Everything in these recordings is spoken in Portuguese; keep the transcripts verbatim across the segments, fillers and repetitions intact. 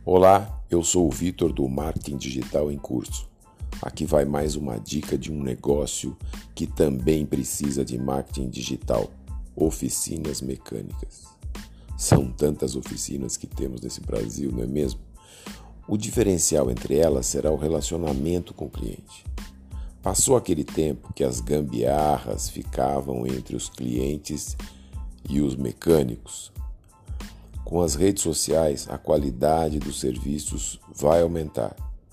Olá, eu sou o Vitor do Marketing Digital em Curso. Aqui vai mais uma dica de um negócio que também precisa de marketing digital: oficinas mecânicas. São tantas oficinas que temos nesse Brasil, não é mesmo? O diferencial entre elas será o relacionamento com o cliente. Passou aquele tempo que as gambiarras ficavam entre os clientes e os mecânicos. Com as redes sociais, a qualidade dos serviços vai aumentar.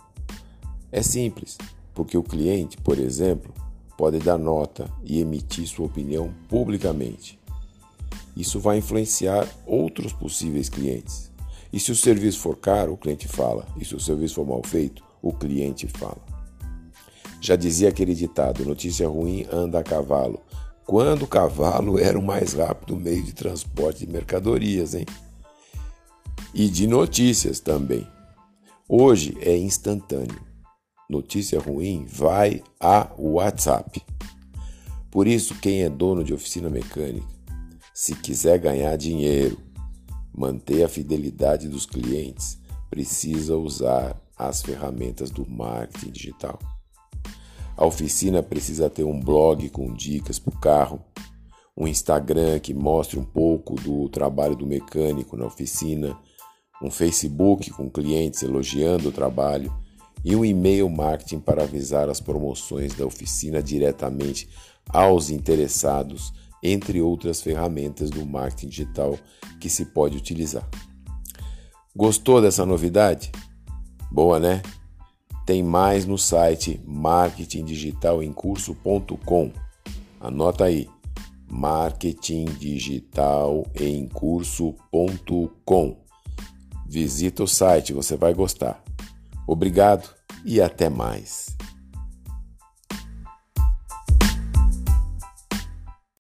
É simples, porque o cliente, por exemplo, pode dar nota e emitir sua opinião publicamente. Isso vai influenciar outros possíveis clientes. E se o serviço for caro, o cliente fala. E se o serviço for mal feito, o cliente fala. Já dizia aquele ditado: notícia ruim anda a cavalo. Quando o cavalo era o mais rápido meio de transporte de mercadorias, hein? E de notícias também. Hoje é instantâneo. Notícia ruim vai a WhatsApp. Por isso, quem é dono de oficina mecânica, se quiser ganhar dinheiro, manter a fidelidade dos clientes, precisa usar as ferramentas do marketing digital. A oficina precisa ter um blog com dicas para o carro, um Instagram que mostre um pouco do trabalho do mecânico na oficina, um Facebook com clientes elogiando o trabalho e um e-mail marketing para avisar as promoções da oficina diretamente aos interessados, entre outras ferramentas do marketing digital que se pode utilizar. Gostou dessa novidade? Boa, né? Tem mais no site marketing digital em curso ponto com. Anota aí, marketing digital em curso ponto com. Visita o site, você vai gostar. Obrigado e até mais.